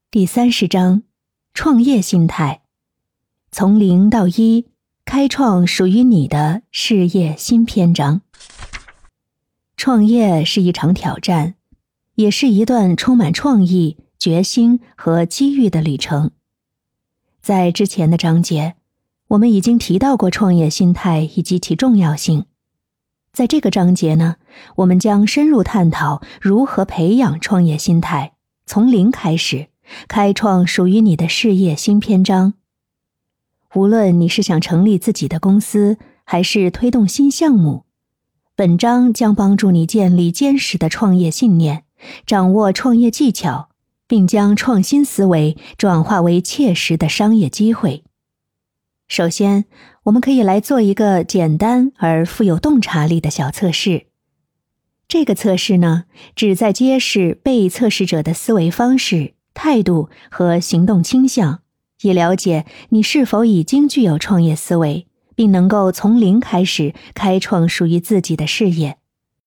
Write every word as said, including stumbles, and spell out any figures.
第三十章，创业心态，从零到一，开创属于你的事业新篇章。创业是一场挑战，也是一段充满创意、决心和机遇的旅程。在之前的章节，我们已经提到过创业心态以及其重要性。在这个章节呢，我们将深入探讨如何培养创业心态，从零开始，开创属于你的事业新篇章。无论你是想成立自己的公司，还是推动新项目，本章将帮助你建立坚实的创业信念，掌握创业技巧，并将创新思维转化为切实的商业机会。首先，我们可以来做一个简单而富有洞察力的小测试。这个测试呢，旨在揭示被测试者的思维方式、态度和行动倾向，以了解你是否已经具有创业思维，并能够从零开始开创属于自己的事业。